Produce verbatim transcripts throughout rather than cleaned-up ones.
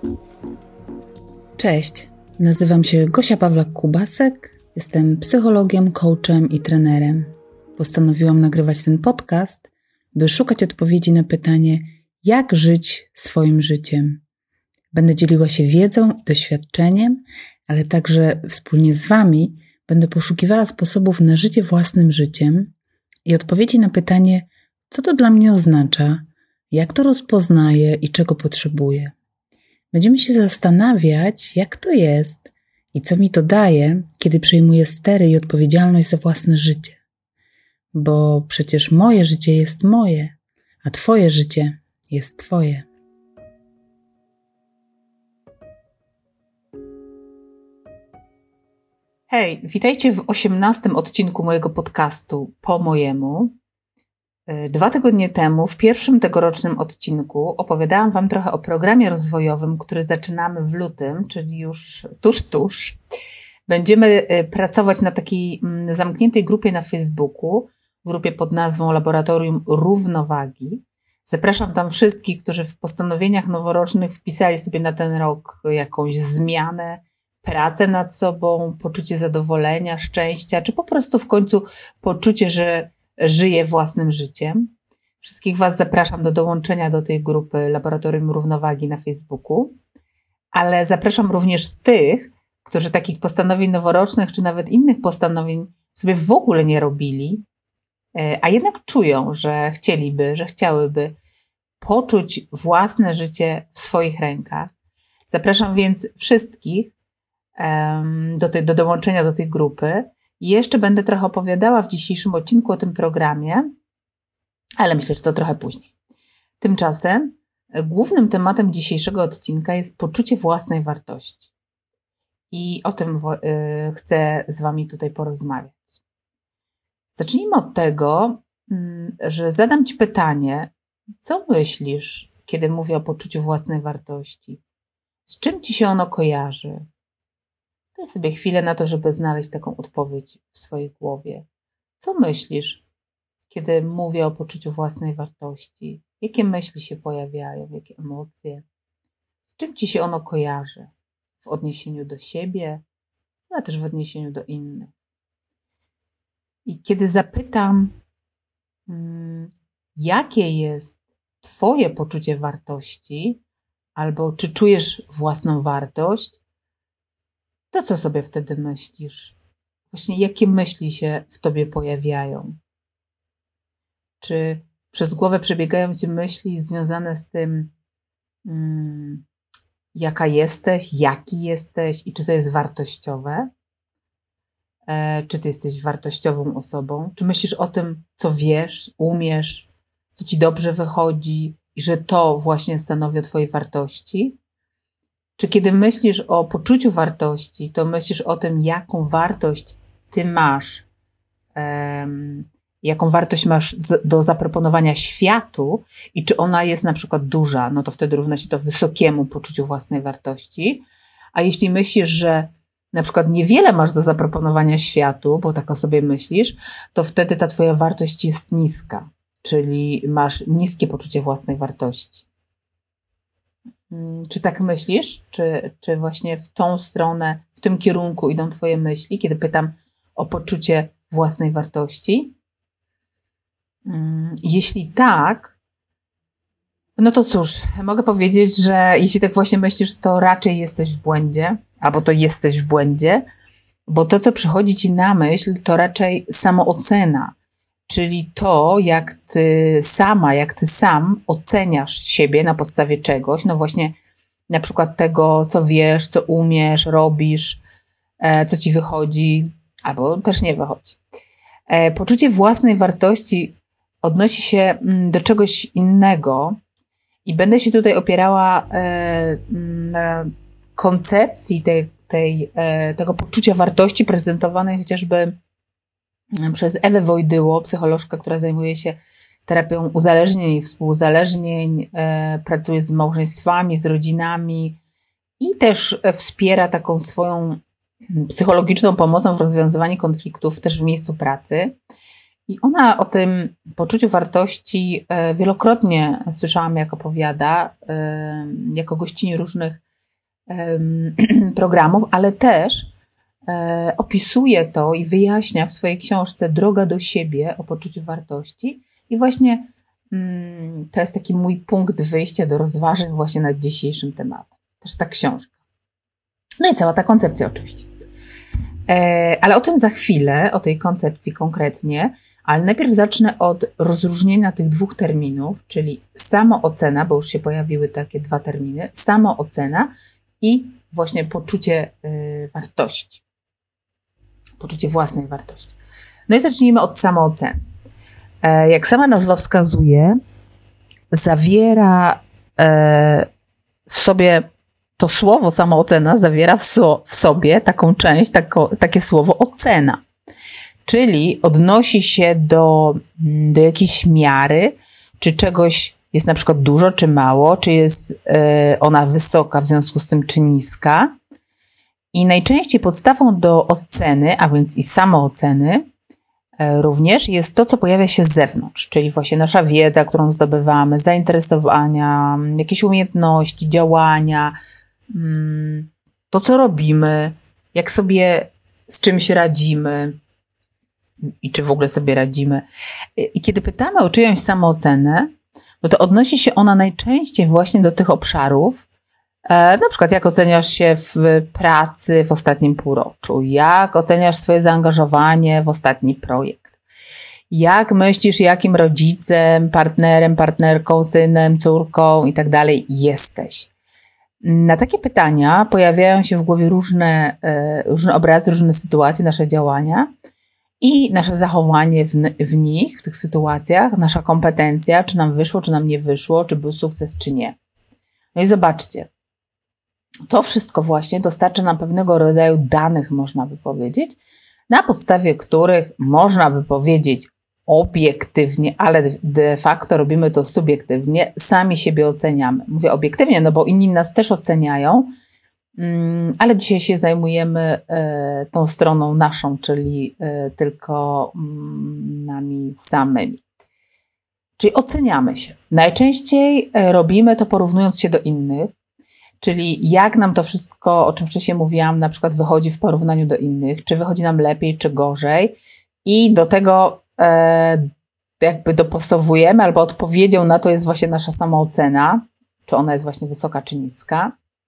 Cześć, nazywam się Gosia Pawlak-Kubasek, jestem psychologiem, coachem i trenerem. Postanowiłam nagrywać ten podcast, by szukać odpowiedzi na pytanie, jak żyć swoim życiem. Będę dzieliła się wiedzą i doświadczeniem, ale także wspólnie z Wami będę poszukiwała sposobów na życie własnym życiem i odpowiedzi na pytanie, co to dla mnie oznacza, jak to rozpoznaję i czego potrzebuję. Będziemy się zastanawiać, jak to jest i co mi to daje, kiedy przejmuję stery i odpowiedzialność za własne życie. Bo przecież moje życie jest moje, a Twoje życie jest Twoje. Hej, witajcie w osiemnastym odcinku mojego podcastu Po mojemu. Dwa tygodnie temu, w pierwszym tegorocznym odcinku, opowiadałam Wam trochę o programie rozwojowym, który zaczynamy w lutym, czyli już tuż, tuż. Będziemy pracować na takiej zamkniętej grupie na Facebooku, grupie pod nazwą Laboratorium Równowagi. Zapraszam tam wszystkich, którzy w postanowieniach noworocznych wpisali sobie na ten rok jakąś zmianę, pracę nad sobą, poczucie zadowolenia, szczęścia, czy po prostu w końcu poczucie, że żyję własnym życiem. Wszystkich Was zapraszam do dołączenia do tej grupy Laboratorium Równowagi na Facebooku, ale zapraszam również tych, którzy takich postanowień noworocznych, czy nawet innych postanowień sobie w ogóle nie robili, a jednak czują, że chcieliby, że chciałyby poczuć własne życie w swoich rękach. Zapraszam więc wszystkich um, do, tej, do dołączenia do tej grupy. I jeszcze będę trochę opowiadała w dzisiejszym odcinku o tym programie, ale myślę, że to trochę później. Tymczasem głównym tematem dzisiejszego odcinka jest poczucie własnej wartości. I o tym y, chcę z Wami tutaj porozmawiać. Zacznijmy od tego, y, że zadam Ci pytanie, co myślisz, kiedy mówię o poczuciu własnej wartości? Z czym Ci się ono kojarzy? Daj sobie chwilę na to, żeby znaleźć taką odpowiedź w swojej głowie. Co myślisz, kiedy mówię o poczuciu własnej wartości? Jakie myśli się pojawiają? Jakie emocje? Z czym Ci się ono kojarzy? W odniesieniu do siebie, ale też w odniesieniu do innych. I kiedy zapytam, hmm, jakie jest Twoje poczucie wartości, albo czy czujesz własną wartość, to co sobie wtedy myślisz? Właśnie jakie myśli się w Tobie pojawiają? Czy przez głowę przebiegają Ci myśli związane z tym, hmm, jaka jesteś, jaki jesteś i czy to jest wartościowe? E, czy Ty jesteś wartościową osobą? Czy myślisz o tym, co wiesz, umiesz, co Ci dobrze wychodzi i że to właśnie stanowi o Twojej wartości? Czy kiedy myślisz o poczuciu wartości, to myślisz o tym, jaką wartość Ty masz, um, jaką wartość masz z, do zaproponowania światu i czy ona jest na przykład duża, no to wtedy równa się to wysokiemu poczuciu własnej wartości. A jeśli myślisz, że na przykład niewiele masz do zaproponowania światu, bo tak o sobie myślisz, to wtedy ta Twoja wartość jest niska, czyli masz niskie poczucie własnej wartości. Czy tak myślisz? Czy, czy właśnie w tą stronę, w tym kierunku idą Twoje myśli, kiedy pytam o poczucie własnej wartości? Jeśli tak, no to cóż, mogę powiedzieć, że jeśli tak właśnie myślisz, to raczej jesteś w błędzie, albo to jesteś w błędzie, bo to, co przychodzi Ci na myśl, to raczej samoocena, czyli to, jak Ty sama, jak Ty sam oceniasz siebie na podstawie czegoś, no właśnie na przykład tego, co wiesz, co umiesz, robisz, co Ci wychodzi, albo też nie wychodzi. Poczucie własnej wartości odnosi się do czegoś innego i będę się tutaj opierała na koncepcji tej, tej, tego poczucia wartości prezentowanej chociażby przez Ewę Wojdyło, psycholożkę, która zajmuje się terapią uzależnień i współuzależnień, e, pracuje z małżeństwami, z rodzinami i też wspiera taką swoją psychologiczną pomocą w rozwiązywaniu konfliktów też w miejscu pracy. I ona o tym poczuciu wartości wielokrotnie słyszałam, jak opowiada, jako gościni różnych um, programów, ale też e, opisuje to i wyjaśnia w swojej książce Droga do siebie o poczuciu wartości. I właśnie um, to jest taki mój punkt wyjścia do rozważań właśnie nad dzisiejszym tematem. Też ta książka. No i cała ta koncepcja oczywiście. E, ale o tym za chwilę, o tej koncepcji konkretnie, ale najpierw zacznę od rozróżnienia tych dwóch terminów, czyli samoocena, bo już się pojawiły takie dwa terminy, samoocena i właśnie poczucie y, wartości. Poczucie własnej wartości. No i zacznijmy od samooceny. E, jak sama nazwa wskazuje, zawiera e, w sobie, to słowo samoocena zawiera w, so, w sobie taką część, tako, takie słowo ocena. Czyli odnosi się do, do jakiejś miary, czy czegoś jest na przykład dużo, czy mało, czy jest e, ona wysoka w związku z tym, czy niska. I najczęściej podstawą do oceny, a więc i samooceny, e, również jest to, co pojawia się z zewnątrz, czyli właśnie nasza wiedza, którą zdobywamy, zainteresowania, jakieś umiejętności, działania, mm, to, co robimy, jak sobie z czymś radzimy, i czy w ogóle sobie radzimy. I kiedy pytamy o czyjąś samoocenę, no to odnosi się ona najczęściej właśnie do tych obszarów, e, na przykład jak oceniasz się w pracy w ostatnim półroczu, jak oceniasz swoje zaangażowanie w ostatni projekt, jak myślisz, jakim rodzicem, partnerem, partnerką, synem, córką i tak dalej jesteś. Na takie pytania pojawiają się w głowie różne, e, różne obrazy, różne sytuacje, nasze działania, i nasze zachowanie w, w nich, w tych sytuacjach, nasza kompetencja, czy nam wyszło, czy nam nie wyszło, czy był sukces, czy nie. No i zobaczcie, to wszystko właśnie dostarcza nam pewnego rodzaju danych, można by powiedzieć, na podstawie których można by powiedzieć obiektywnie, ale de facto robimy to subiektywnie, sami siebie oceniamy. Mówię obiektywnie, no bo inni nas też oceniają, ale dzisiaj się zajmujemy e, tą stroną naszą, czyli e, tylko mm, nami samymi. Czyli oceniamy się. Najczęściej e, robimy to porównując się do innych, czyli jak nam to wszystko, o czym wcześniej mówiłam, na przykład wychodzi w porównaniu do innych, czy wychodzi nam lepiej, czy gorzej i do tego e, jakby dopasowujemy, albo odpowiedzią na to jest właśnie nasza samoocena, czy ona jest właśnie wysoka, czy niska.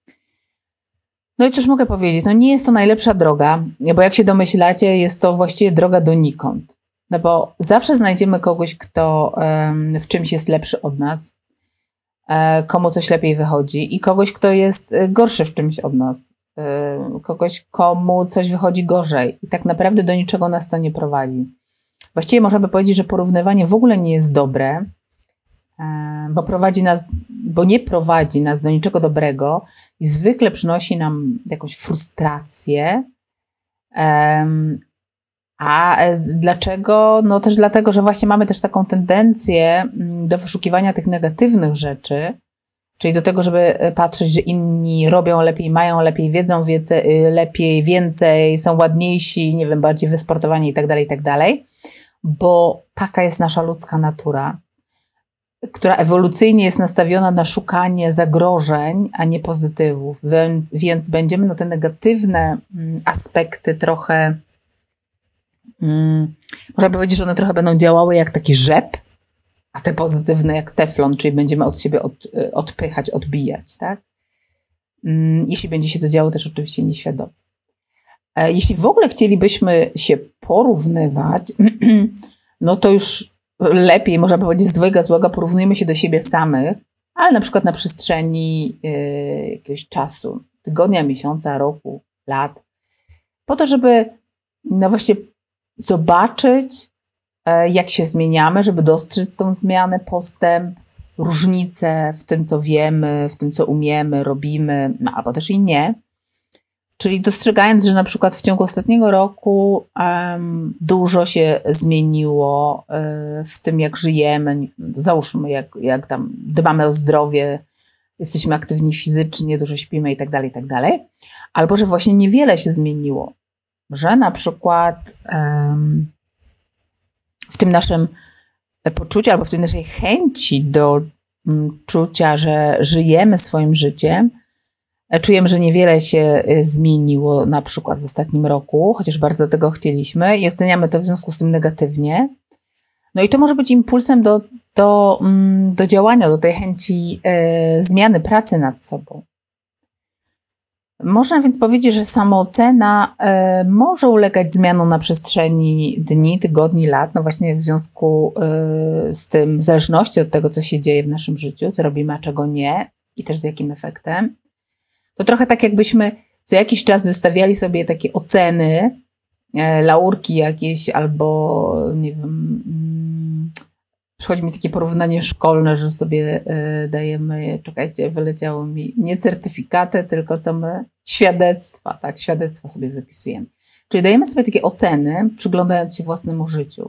No i cóż mogę powiedzieć, no nie jest to najlepsza droga, bo jak się domyślacie, jest to właściwie droga donikąd. No bo zawsze znajdziemy kogoś, kto um, w czymś jest lepszy od nas, e, komu coś lepiej wychodzi i kogoś, kto jest gorszy w czymś od nas, e, kogoś, komu coś wychodzi gorzej i tak naprawdę do niczego nas to nie prowadzi. Właściwie można by powiedzieć, że porównywanie w ogóle nie jest dobre, e, bo prowadzi nas, bo nie prowadzi nas do niczego dobrego, i zwykle przynosi nam jakąś frustrację. Um, a dlaczego? No też dlatego, że właśnie mamy też taką tendencję do wyszukiwania tych negatywnych rzeczy, czyli do tego, żeby patrzeć, że inni robią lepiej, mają lepiej, wiedzą więcej, lepiej, więcej, są ładniejsi, nie wiem, bardziej wysportowani i tak dalej, i tak dalej, bo taka jest nasza ludzka natura, która ewolucyjnie jest nastawiona na szukanie zagrożeń, a nie pozytywów. Więc będziemy na te negatywne aspekty trochę, hmm, można powiedzieć, że one trochę będą działały jak taki rzep, a te pozytywne jak teflon, czyli będziemy od siebie od, odpychać, odbijać, tak? Jeśli będzie się to działo też oczywiście nieświadomie. Jeśli w ogóle chcielibyśmy się porównywać, no to już lepiej, można powiedzieć, z dwojga złego porównujemy się do siebie samych, ale na przykład na przestrzeni y, jakiegoś czasu, tygodnia, miesiąca, roku, lat, po to, żeby no właśnie zobaczyć, y, jak się zmieniamy, żeby dostrzec tą zmianę, postęp, różnice w tym, co wiemy, w tym, co umiemy, robimy, no, albo też i nie. Czyli dostrzegając, że na przykład w ciągu ostatniego roku um, dużo się zmieniło y, w tym, jak żyjemy, załóżmy, jak, jak tam dbamy o zdrowie, jesteśmy aktywni fizycznie, dużo śpimy i tak dalej, i tak dalej. Albo, że właśnie niewiele się zmieniło. Że na przykład um, w tym naszym poczuciu albo w tej naszej chęci do um, czucia, że żyjemy swoim życiem, Czujemy, że niewiele się zmieniło na przykład w ostatnim roku, chociaż bardzo tego chcieliśmy i oceniamy to w związku z tym negatywnie. No i to może być impulsem do, do, do działania, do tej chęci e, zmiany pracy nad sobą. Można więc powiedzieć, że samoocena e, może ulegać zmianom na przestrzeni dni, tygodni, lat, no właśnie w związku e, z tym, w zależności od tego, co się dzieje w naszym życiu, co robimy, a czego nie i też z jakim efektem. To trochę tak jakbyśmy co jakiś czas wystawiali sobie takie oceny, e, laurki jakieś albo nie wiem, mm, przychodzi mi takie porównanie szkolne, że sobie e, dajemy, czekajcie, wyleciało mi nie certyfikaty, tylko co my? Świadectwa, tak, świadectwa sobie wypisujemy. Czyli dajemy sobie takie oceny, przyglądając się własnemu życiu.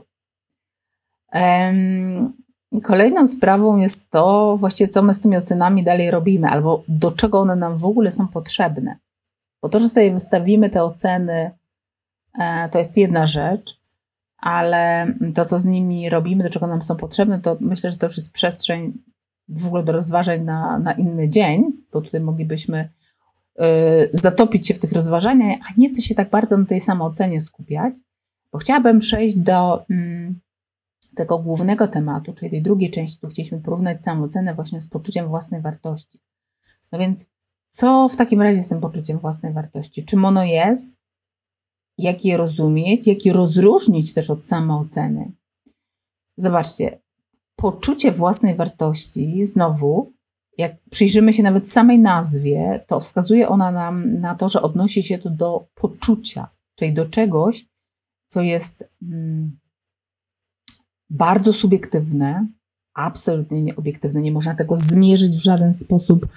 Ehm, Kolejną sprawą jest to właściwie, co my z tymi ocenami dalej robimy, albo do czego one nam w ogóle są potrzebne. Bo to, że sobie wystawimy te oceny, to jest jedna rzecz, ale to, co z nimi robimy, do czego nam są potrzebne, to myślę, że to już jest przestrzeń w ogóle do rozważań na, na inny dzień, bo tutaj moglibyśmy y, zatopić się w tych rozważaniach, a nie chcę się tak bardzo na tej samoocenie skupiać, bo chciałabym przejść do y, tego głównego tematu, czyli tej drugiej części, tu chcieliśmy porównać samoocenę właśnie z poczuciem własnej wartości. No więc co w takim razie z tym poczuciem własnej wartości? Czym ono jest? Jak je rozumieć? Jak je rozróżnić też od samooceny? Zobaczcie, poczucie własnej wartości, znowu, jak przyjrzymy się nawet samej nazwie, to wskazuje ona nam na to, że odnosi się to do poczucia, czyli do czegoś, co jest hmm, bardzo subiektywne, absolutnie nieobiektywne, nie można tego zmierzyć w żaden sposób.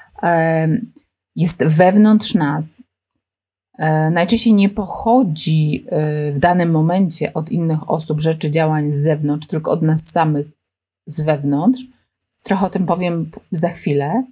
Jest wewnątrz nas. Najczęściej nie pochodzi w danym momencie od innych osób, rzeczy, działań z zewnątrz, tylko od nas samych z wewnątrz. Trochę o tym powiem za chwilę,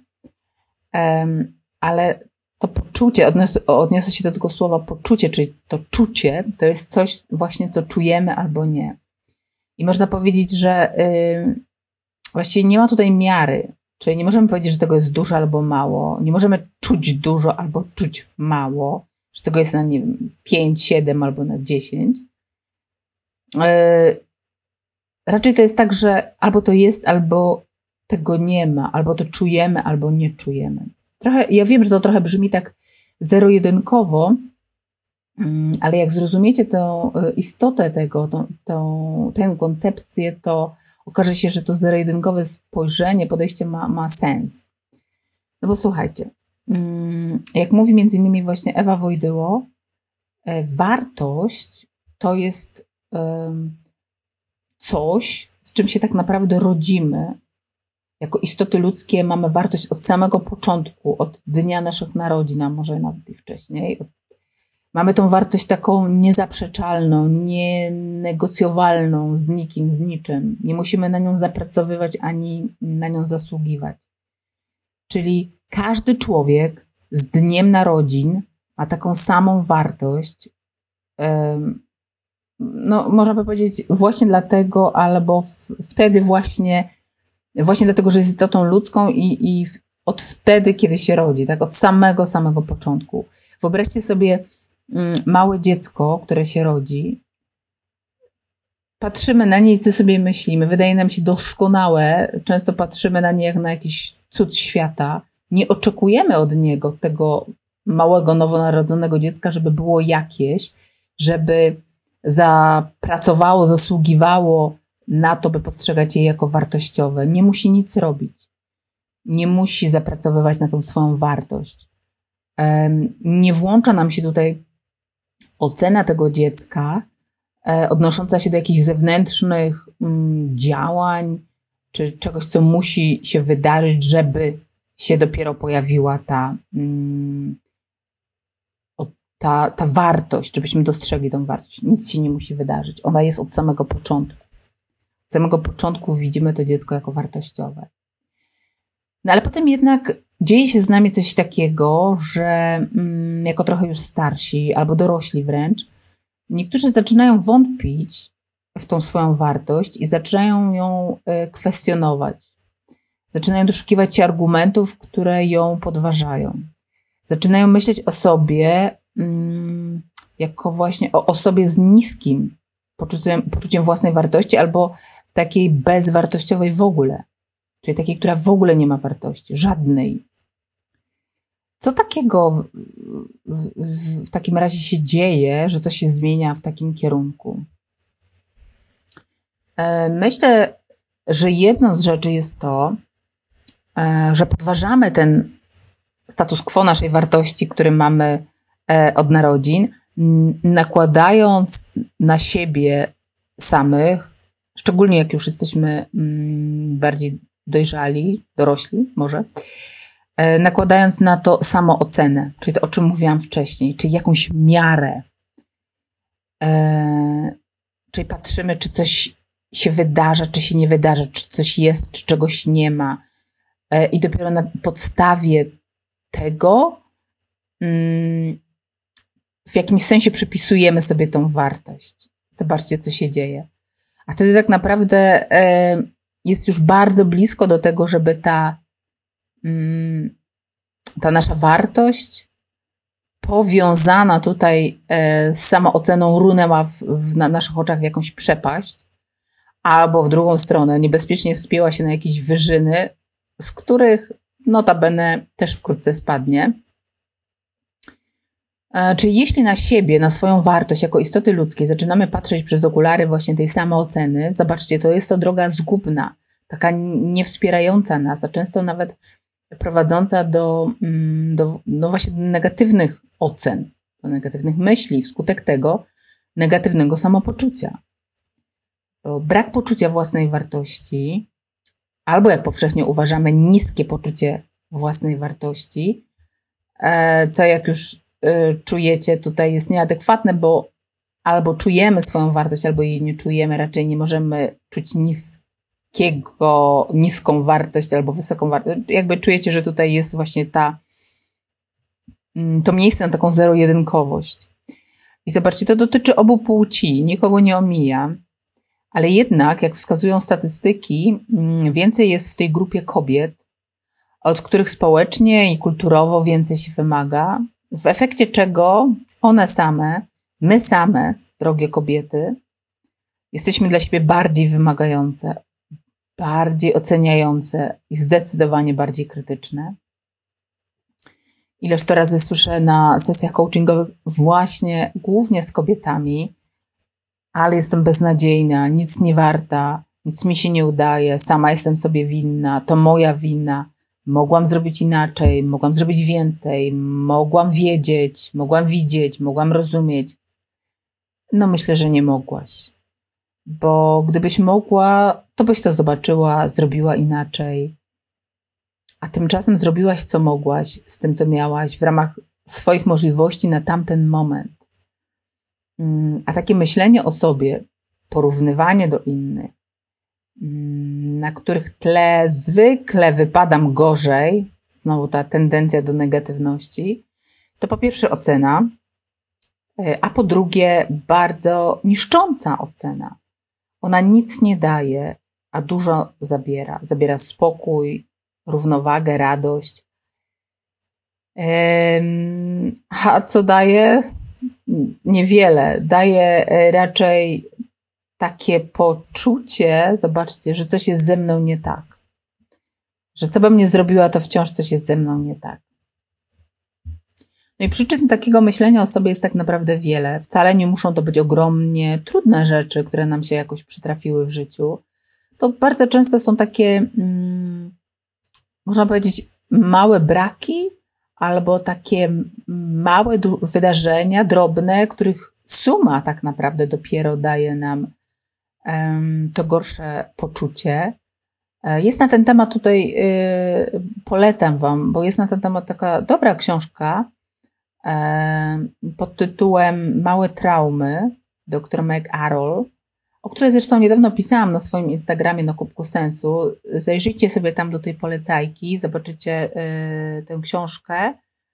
ale to poczucie, odniosę, odniosę się do tego słowa poczucie, czyli to czucie, to jest coś właśnie, co czujemy albo nie. I można powiedzieć, że yy, właściwie nie ma tutaj miary, czyli nie możemy powiedzieć, że tego jest dużo albo mało, nie możemy czuć dużo albo czuć mało, że tego jest na nie wiem, pięć, siedem albo na dziesięć. Yy, raczej to jest tak, że albo to jest, albo tego nie ma, albo to czujemy, albo nie czujemy. Trochę, ja wiem, że to trochę brzmi tak zero-jedynkowo, ale jak zrozumiecie tę istotę tego, tą, tą, tę koncepcję, to okaże się, że to zero-jedynkowe spojrzenie, podejście ma, ma sens. No bo słuchajcie, jak mówi między innymi właśnie Ewa Wojdyło, wartość to jest coś, z czym się tak naprawdę rodzimy. Jako istoty ludzkie mamy wartość od samego początku, od dnia naszych narodzin, a może nawet i wcześniej. Mamy tą wartość taką niezaprzeczalną, nienegocjowalną z nikim, z niczym. Nie musimy na nią zapracowywać ani na nią zasługiwać. Czyli każdy człowiek z dniem narodzin ma taką samą wartość. No, można by powiedzieć właśnie dlatego, albo w, wtedy właśnie, właśnie dlatego, że jest istotą ludzką i, i od wtedy, kiedy się rodzi, tak, od samego, samego początku. Wyobraźcie sobie małe dziecko, które się rodzi, patrzymy na nie i co sobie myślimy, wydaje nam się doskonałe, często patrzymy na nie jak na jakiś cud świata, nie oczekujemy od niego, tego małego, nowonarodzonego dziecka, żeby było jakieś, żeby zapracowało, zasługiwało na to, by postrzegać je jako wartościowe. Nie musi nic robić. Nie musi zapracowywać na tą swoją wartość. Nie włącza nam się tutaj ocena tego dziecka odnosząca się do jakichś zewnętrznych działań, czy czegoś, co musi się wydarzyć, żeby się dopiero pojawiła ta, ta, ta wartość, żebyśmy dostrzegli tą wartość. Nic się nie musi wydarzyć. Ona jest od samego początku. Od samego początku widzimy to dziecko jako wartościowe. No ale potem jednak dzieje się z nami coś takiego, że mm, jako trochę już starsi albo dorośli wręcz, niektórzy zaczynają wątpić w tą swoją wartość i zaczynają ją y, kwestionować. Zaczynają doszukiwać się argumentów, które ją podważają. Zaczynają myśleć o sobie mm, jako właśnie o osobie z niskim poczuciem, poczuciem własnej wartości albo takiej bezwartościowej w ogóle. Czyli takiej, która w ogóle nie ma wartości, żadnej. Co takiego w, w, w takim razie się dzieje, że to się zmienia w takim kierunku? Myślę, że jedną z rzeczy jest to, że podważamy ten status quo naszej wartości, który mamy od narodzin, nakładając na siebie samych, szczególnie jak już jesteśmy bardziej dojrzali, dorośli może, nakładając na to samoocenę, czyli to, o czym mówiłam wcześniej, czyli jakąś miarę. Czyli patrzymy, czy coś się wydarza, czy się nie wydarza, czy coś jest, czy czegoś nie ma. I dopiero na podstawie tego w jakimś sensie przypisujemy sobie tą wartość. Zobaczcie, co się dzieje. A wtedy tak naprawdę jest już bardzo blisko do tego, żeby ta, ta nasza wartość powiązana tutaj z samooceną runęła w, w, na naszych oczach w jakąś przepaść, albo w drugą stronę niebezpiecznie wspięła się na jakieś wyżyny, z których notabene też wkrótce spadnie. Czyli jeśli na siebie, na swoją wartość jako istoty ludzkiej zaczynamy patrzeć przez okulary właśnie tej samooceny, zobaczcie, to jest to droga zgubna, taka niewspierająca nas, a często nawet prowadząca do, do no właśnie negatywnych ocen, do negatywnych myśli, wskutek tego negatywnego samopoczucia. Bo brak poczucia własnej wartości, albo jak powszechnie uważamy, niskie poczucie własnej wartości, co jak już czujecie, tutaj jest nieadekwatne, bo albo czujemy swoją wartość, albo jej nie czujemy, raczej nie możemy czuć niskiego, niską wartość albo wysoką wartość. Jakby czujecie, że tutaj jest właśnie ta, to miejsce na taką zero-jedynkowość. I zobaczcie, to dotyczy obu płci, nikogo nie omija, ale jednak, jak wskazują statystyki, więcej jest w tej grupie kobiet, od których społecznie i kulturowo więcej się wymaga, w efekcie czego one same, my same, drogie kobiety, jesteśmy dla siebie bardziej wymagające, bardziej oceniające i zdecydowanie bardziej krytyczne. Ileż to razy słyszę na sesjach coachingowych właśnie, głównie z kobietami, ale jestem beznadziejna, nic nie warta, nic mi się nie udaje, sama jestem sobie winna, to moja wina. Mogłam zrobić inaczej, mogłam zrobić więcej, mogłam wiedzieć, mogłam widzieć, mogłam rozumieć. No myślę, że nie mogłaś. Bo gdybyś mogła, to byś to zobaczyła, zrobiła inaczej. A tymczasem zrobiłaś, co mogłaś, z tym, co miałaś, w ramach swoich możliwości na tamten moment. A takie myślenie o sobie, porównywanie do innych, na których tle zwykle wypadam gorzej, znowu ta tendencja do negatywności, to po pierwsze ocena, a po drugie bardzo niszcząca ocena. Ona nic nie daje, a dużo zabiera. Zabiera spokój, równowagę, radość. A co daje? Niewiele. Daje raczej takie poczucie, zobaczcie, że coś jest ze mną nie tak. Że co bym nie zrobiła, to wciąż coś jest ze mną nie tak. No i przyczyn takiego myślenia o sobie jest tak naprawdę wiele. Wcale nie muszą to być ogromnie trudne rzeczy, które nam się jakoś przytrafiły w życiu. To bardzo często są takie, hmm, można powiedzieć, małe braki albo takie małe wydarzenia, drobne, których suma tak naprawdę dopiero daje nam to gorsze poczucie. Jest na ten temat tutaj, polecam wam, bo jest na ten temat taka dobra książka pod tytułem Małe traumy doktor Meg Arol, o której zresztą niedawno pisałam na swoim Instagramie na Kubku Sensu. Zajrzyjcie sobie tam do tej polecajki, zobaczycie tę książkę.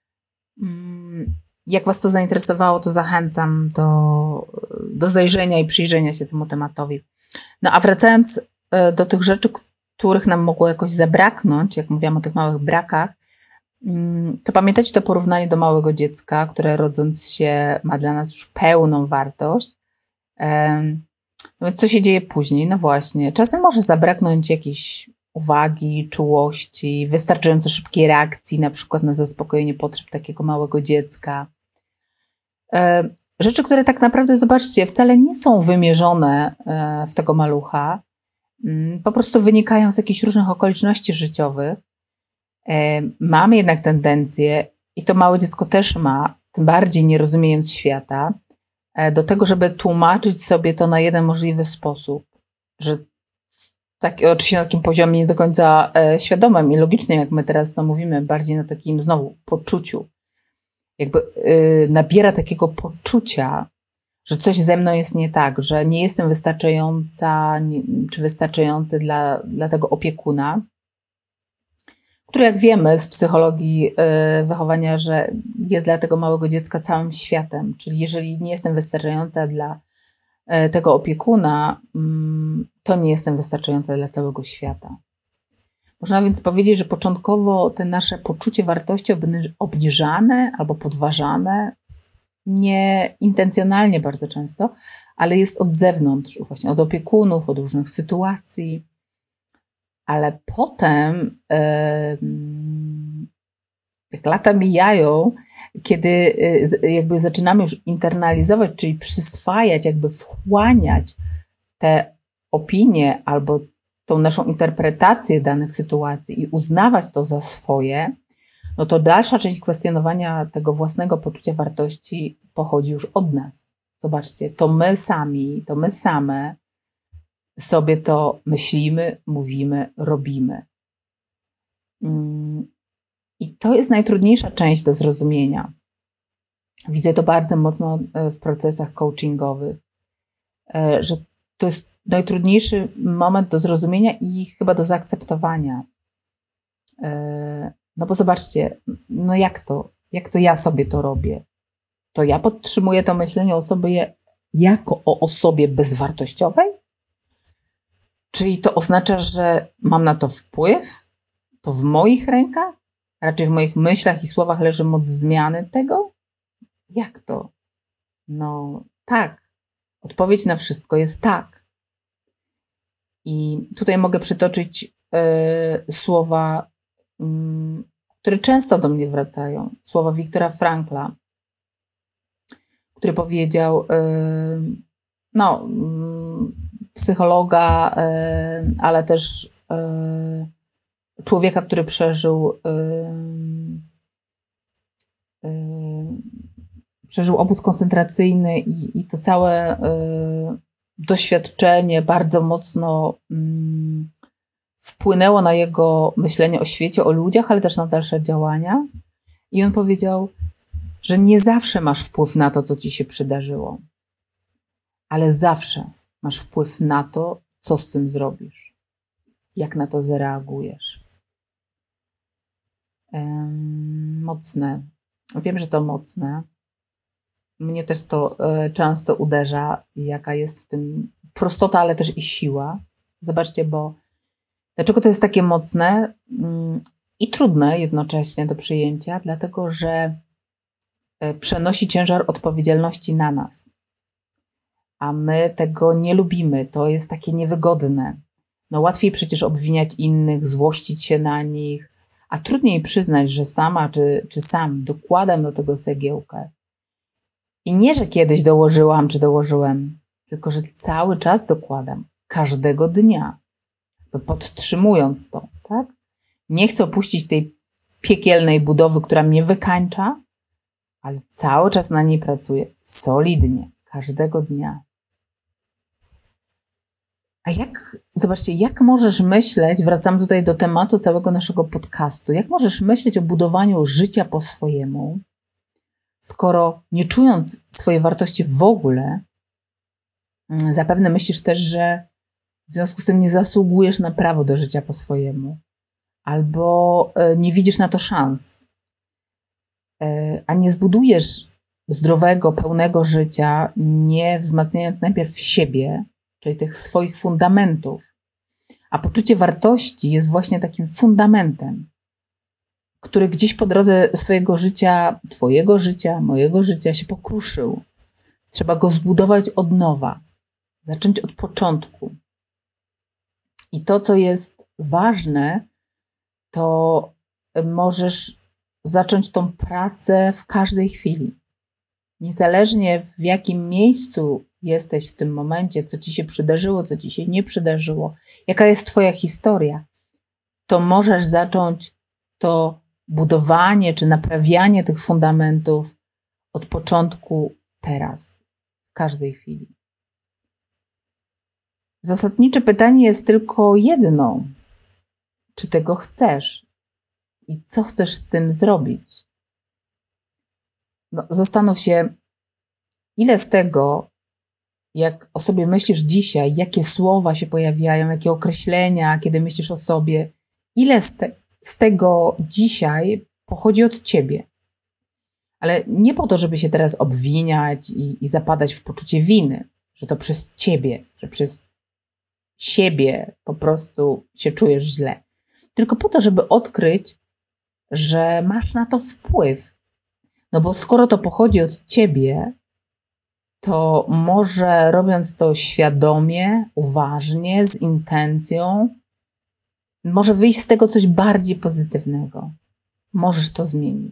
Jak was to zainteresowało, to zachęcam do, do zajrzenia i przyjrzenia się temu tematowi. No a wracając do tych rzeczy, których nam mogło jakoś zabraknąć, jak mówiłam o tych małych brakach, to pamiętajcie to porównanie do małego dziecka, które rodząc się ma dla nas już pełną wartość. No więc co się dzieje później? No właśnie, czasem może zabraknąć jakiejś uwagi, czułości, wystarczająco szybkiej reakcji, na przykład na zaspokojenie potrzeb takiego małego dziecka. Rzeczy, które tak naprawdę, zobaczcie, wcale nie są wymierzone w tego malucha, po prostu wynikają z jakichś różnych okoliczności życiowych. Mamy jednak tendencję, i to małe dziecko też ma, tym bardziej nie rozumiejąc świata, do tego, żeby tłumaczyć sobie to na jeden możliwy sposób. Że tak, oczywiście na takim poziomie nie do końca świadomym i logicznym, jak my teraz to mówimy, bardziej na takim znowu poczuciu. Jakby yy, nabiera takiego poczucia, że coś ze mną jest nie tak, że nie jestem wystarczająca, nie, czy wystarczający dla, dla tego opiekuna, który, jak wiemy z psychologii yy, wychowania, że jest dla tego małego dziecka całym światem. Czyli jeżeli nie jestem wystarczająca dla yy, tego opiekuna, yy, to nie jestem wystarczająca dla całego świata. Można więc powiedzieć, że początkowo te nasze poczucie wartości obniżane albo podważane, nieintencjonalnie bardzo często, ale jest od zewnątrz, właśnie od opiekunów, od różnych sytuacji. Ale potem, jak lata mijają, kiedy jakby zaczynamy już internalizować, czyli przyswajać, jakby wchłaniać te opinie albo tą naszą interpretację danych sytuacji i uznawać to za swoje, no to dalsza część kwestionowania tego własnego poczucia wartości pochodzi już od nas. Zobaczcie, to my sami, to my same sobie to myślimy, mówimy, robimy. I to jest najtrudniejsza część do zrozumienia. Widzę to bardzo mocno w procesach coachingowych, że to jest najtrudniejszy moment do zrozumienia i chyba do zaakceptowania. No bo zobaczcie, no jak to? Jak to ja sobie to robię? To ja podtrzymuję to myślenie o sobie jako o osobie bezwartościowej? Czyli to oznacza, że mam na to wpływ? To w moich rękach? Raczej w moich myślach i słowach leży moc zmiany tego? Jak to? No tak. Odpowiedź na wszystko jest tak. I tutaj mogę przytoczyć y, słowa, y, które często do mnie wracają. Słowa Wiktora Frankla, który powiedział, y, no, y, psychologa, y, ale też y, człowieka, który przeżył, y, y, przeżył obóz koncentracyjny i, i to całe y, doświadczenie bardzo mocno mm, wpłynęło na jego myślenie o świecie, o ludziach, ale też na dalsze działania. I on powiedział, że nie zawsze masz wpływ na to, co ci się przydarzyło, ale zawsze masz wpływ na to, co z tym zrobisz, jak na to zareagujesz. Ehm, mocne. Wiem, że to mocne. Mnie też to y, często uderza, jaka jest w tym prostota, ale też i siła. Zobaczcie, bo dlaczego to jest takie mocne y, i trudne jednocześnie do przyjęcia? Dlatego, że y, przenosi ciężar odpowiedzialności na nas. A my tego nie lubimy. To jest takie niewygodne. No łatwiej przecież obwiniać innych, złościć się na nich, a trudniej przyznać, że sama czy, czy sam dokładam do tego cegiełkę. I nie, że kiedyś dołożyłam, czy dołożyłem, tylko że cały czas dokładam, każdego dnia, podtrzymując to, tak? Nie chcę opuścić tej piekielnej budowy, która mnie wykańcza, ale cały czas na niej pracuję, solidnie, każdego dnia. A jak, zobaczcie, jak możesz myśleć, wracam tutaj do tematu całego naszego podcastu, jak możesz myśleć o budowaniu życia po swojemu, skoro nie czując swojej wartości w ogóle, zapewne myślisz też, że w związku z tym nie zasługujesz na prawo do życia po swojemu, albo nie widzisz na to szans, a nie zbudujesz zdrowego, pełnego życia, nie wzmacniając najpierw siebie, czyli tych swoich fundamentów. A poczucie wartości jest właśnie takim fundamentem, który gdzieś po drodze swojego życia, twojego życia, mojego życia się pokruszył. Trzeba go zbudować od nowa, zacząć od początku. I to, co jest ważne, to możesz zacząć tą pracę w każdej chwili. Niezależnie w jakim miejscu jesteś w tym momencie, co ci się przydarzyło, co ci się nie przydarzyło, jaka jest twoja historia, to możesz zacząć to budowanie czy naprawianie tych fundamentów od początku teraz, w każdej chwili. Zasadnicze pytanie jest tylko jedno. Czy tego chcesz? I co chcesz z tym zrobić? No, zastanów się, ile z tego, jak o sobie myślisz dzisiaj, jakie słowa się pojawiają, jakie określenia, kiedy myślisz o sobie, ile z, te, z tego dzisiaj pochodzi od ciebie. Ale nie po to, żeby się teraz obwiniać i, i zapadać w poczucie winy, że to przez ciebie, że przez siebie po prostu się czujesz źle. Tylko po to, żeby odkryć, że masz na to wpływ. No bo skoro to pochodzi od ciebie, to może robiąc to świadomie, uważnie, z intencją, może wyjść z tego coś bardziej pozytywnego. Możesz to zmienić.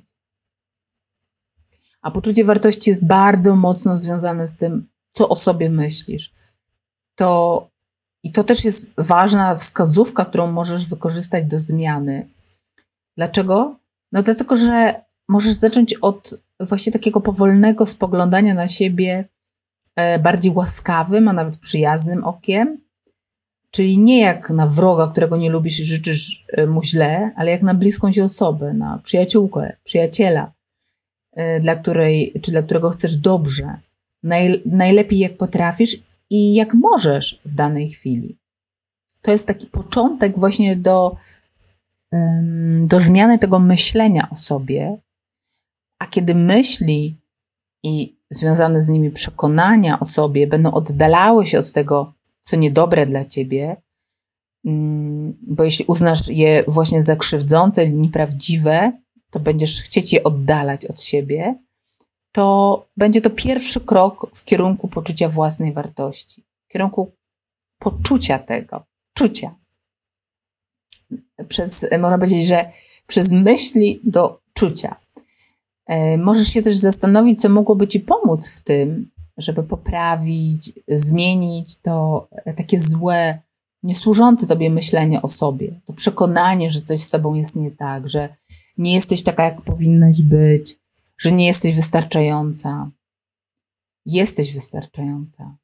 A poczucie wartości jest bardzo mocno związane z tym, co o sobie myślisz. To, i to też jest ważna wskazówka, którą możesz wykorzystać do zmiany. Dlaczego? No dlatego, że możesz zacząć od właśnie takiego powolnego spoglądania na siebie bardziej łaskawym, a nawet przyjaznym okiem. Czyli nie jak na wroga, którego nie lubisz i życzysz mu źle, ale jak na bliską ci osobę, na przyjaciółkę, przyjaciela, dla której, czy dla którego chcesz dobrze. Naj, najlepiej jak potrafisz i jak możesz w danej chwili. To jest taki początek właśnie do, do zmiany tego myślenia o sobie, a kiedy myśli i związane z nimi przekonania o sobie będą oddalały się od tego, co niedobre dla ciebie, bo jeśli uznasz je właśnie za krzywdzące, nieprawdziwe, to będziesz chcieć je oddalać od siebie, to będzie to pierwszy krok w kierunku poczucia własnej wartości, w kierunku poczucia tego, czucia. Przez, można powiedzieć, że przez myśli do czucia. Możesz się też zastanowić, co mogłoby ci pomóc w tym, żeby poprawić, zmienić to takie złe, niesłużące tobie myślenie o sobie. To przekonanie, że coś z tobą jest nie tak, że nie jesteś taka, jak powinnaś być, że nie jesteś wystarczająca. Jesteś wystarczająca.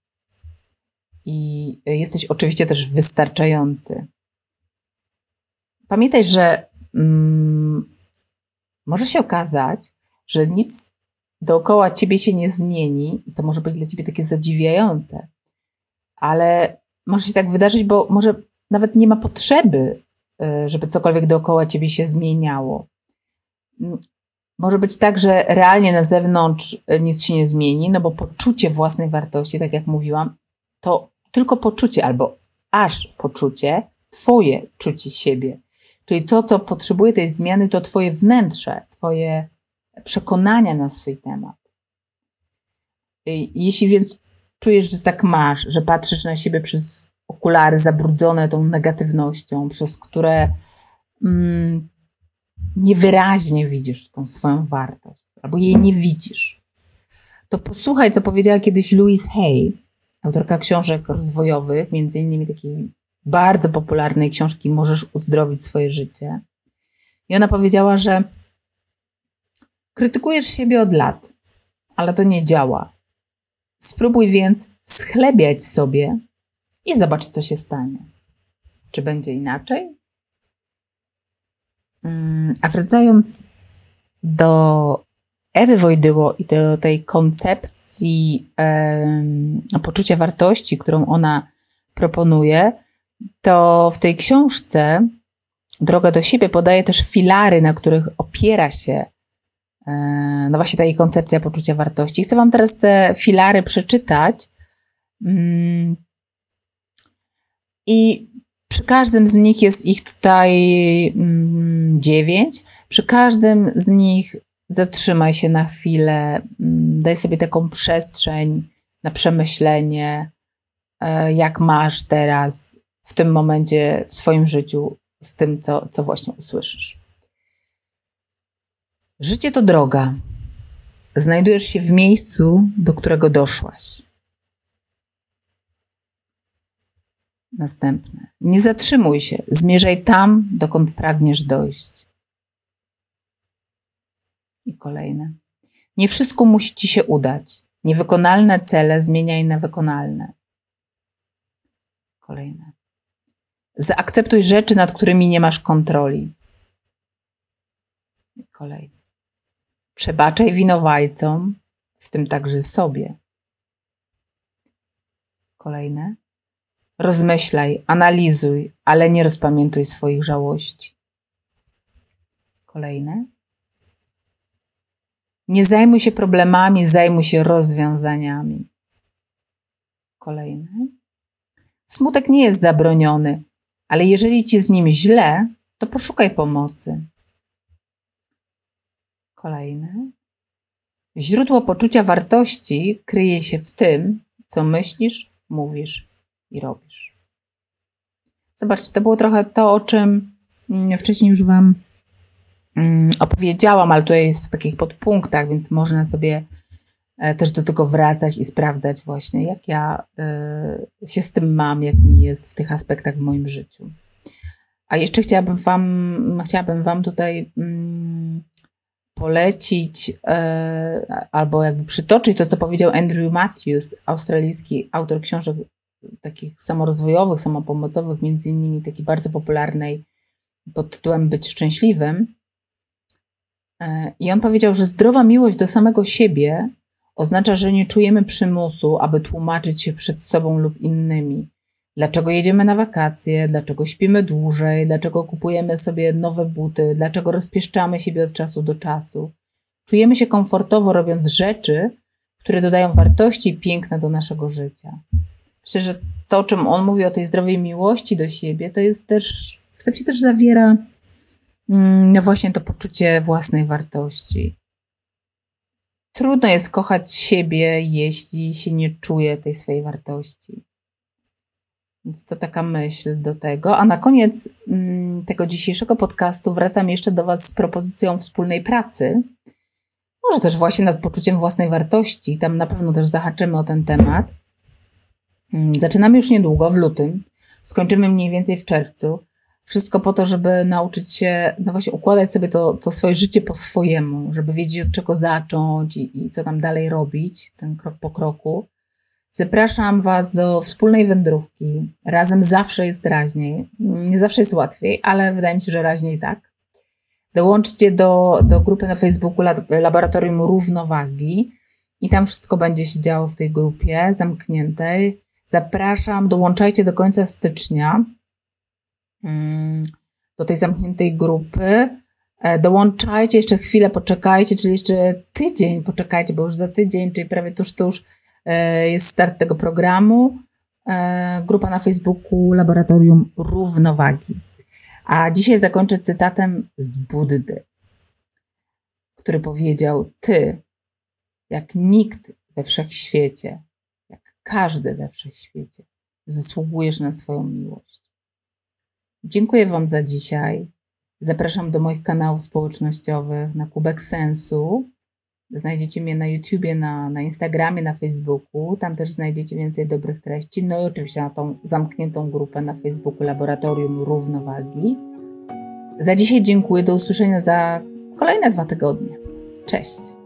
I jesteś oczywiście też wystarczający. Pamiętaj, że mm, może się okazać, że nic dookoła ciebie się nie zmieni i to może być dla ciebie takie zadziwiające. Ale może się tak wydarzyć, bo może nawet nie ma potrzeby, żeby cokolwiek dookoła ciebie się zmieniało. Może być tak, że realnie na zewnątrz nic się nie zmieni, no bo poczucie własnej wartości, tak jak mówiłam, to tylko poczucie albo aż poczucie, twoje czucie siebie. Czyli to, co potrzebuje tej zmiany, to twoje wnętrze, twoje przekonania na swój temat. Jeśli więc czujesz, że tak masz, że patrzysz na siebie przez okulary zabrudzone tą negatywnością, przez które mm, niewyraźnie widzisz tą swoją wartość, albo jej nie widzisz, to posłuchaj, co powiedziała kiedyś Louise Hay, autorka książek rozwojowych, między innymi takiej bardzo popularnej książki Możesz uzdrowić swoje życie. I ona powiedziała, że krytykujesz siebie od lat, ale to nie działa. Spróbuj więc schlebiać sobie i zobacz, co się stanie. Czy będzie inaczej? A wracając do Ewy Wojdyło i do tej koncepcji e, poczucia wartości, którą ona proponuje, to w tej książce Droga do siebie podaje też filary, na których opiera się e, no właśnie ta jej koncepcja poczucia wartości. Chcę wam teraz te filary przeczytać mm, i przy każdym z nich jest ich tutaj mm, dziewięć. Przy każdym z nich zatrzymaj się na chwilę, daj sobie taką przestrzeń na przemyślenie, jak masz teraz, w tym momencie w swoim życiu, z tym, co, co właśnie usłyszysz. Życie to droga. Znajdujesz się w miejscu, do którego doszłaś. Następne. Nie zatrzymuj się. Zmierzaj tam, dokąd pragniesz dojść. I kolejne. Nie wszystko musi ci się udać. Niewykonalne cele zmieniaj na wykonalne. Kolejne. Zaakceptuj rzeczy, nad którymi nie masz kontroli. I kolejne. Przebaczaj winowajcom, w tym także sobie. Kolejne. Rozmyślaj, analizuj, ale nie rozpamiętuj swoich żałości. Kolejne. Nie zajmuj się problemami, zajmuj się rozwiązaniami. Kolejne. Smutek nie jest zabroniony, ale jeżeli ci z nim źle, to poszukaj pomocy. Kolejne. Źródło poczucia wartości kryje się w tym, co myślisz, mówisz i robisz. Zobaczcie, to było trochę to, o czym wcześniej już wam opowiedziałam, ale tutaj jest w takich podpunktach, więc można sobie też do tego wracać i sprawdzać właśnie, jak ja się z tym mam, jak mi jest w tych aspektach w moim życiu. A jeszcze chciałabym wam, chciałabym wam tutaj polecić albo jakby przytoczyć to, co powiedział Andrew Matthews, australijski autor książek takich samorozwojowych, samopomocowych, między innymi takiej bardzo popularnej pod tytułem Być szczęśliwym. I on powiedział, że zdrowa miłość do samego siebie oznacza, że nie czujemy przymusu, aby tłumaczyć się przed sobą lub innymi. Dlaczego jedziemy na wakacje, dlaczego śpimy dłużej, dlaczego kupujemy sobie nowe buty, dlaczego rozpieszczamy siebie od czasu do czasu. Czujemy się komfortowo, robiąc rzeczy, które dodają wartości i piękna do naszego życia. Myślę, że to, o czym on mówi, o tej zdrowej miłości do siebie, to jest też, w tym się też zawiera no właśnie to poczucie własnej wartości. Trudno jest kochać siebie, jeśli się nie czuje tej swojej wartości. Więc to taka myśl do tego. A na koniec mm, tego dzisiejszego podcastu wracam jeszcze do was z propozycją wspólnej pracy. Może też właśnie nad poczuciem własnej wartości. Tam na pewno też zahaczymy o ten temat. Zaczynamy już niedługo, w lutym. Skończymy mniej więcej w czerwcu. Wszystko po to, żeby nauczyć się, no właśnie układać sobie to, to swoje życie po swojemu, żeby wiedzieć, od czego zacząć i, i co tam dalej robić, ten krok po kroku. Zapraszam was do wspólnej wędrówki. Razem zawsze jest raźniej. Nie zawsze jest łatwiej, ale wydaje mi się, że raźniej tak. Dołączcie do, do grupy na Facebooku Laboratorium Równowagi i tam wszystko będzie się działo w tej grupie zamkniętej. Zapraszam, dołączajcie do końca stycznia do tej zamkniętej grupy. Dołączajcie, jeszcze chwilę poczekajcie, czyli jeszcze tydzień poczekajcie, bo już za tydzień, czyli prawie tuż, tuż jest start tego programu. Grupa na Facebooku Laboratorium Równowagi. A dzisiaj zakończę cytatem z Buddy, który powiedział: ty, jak nikt we wszechświecie, jak każdy we wszechświecie, zasługujesz na swoją miłość. Dziękuję wam za dzisiaj. Zapraszam do moich kanałów społecznościowych, na Kubek Sensu. Znajdziecie mnie na YouTubie, na, na Instagramie, na Facebooku. Tam też znajdziecie więcej dobrych treści. No i oczywiście na tą zamkniętą grupę na Facebooku Laboratorium Równowagi. Za dzisiaj dziękuję. Do usłyszenia za kolejne dwa tygodnie. Cześć.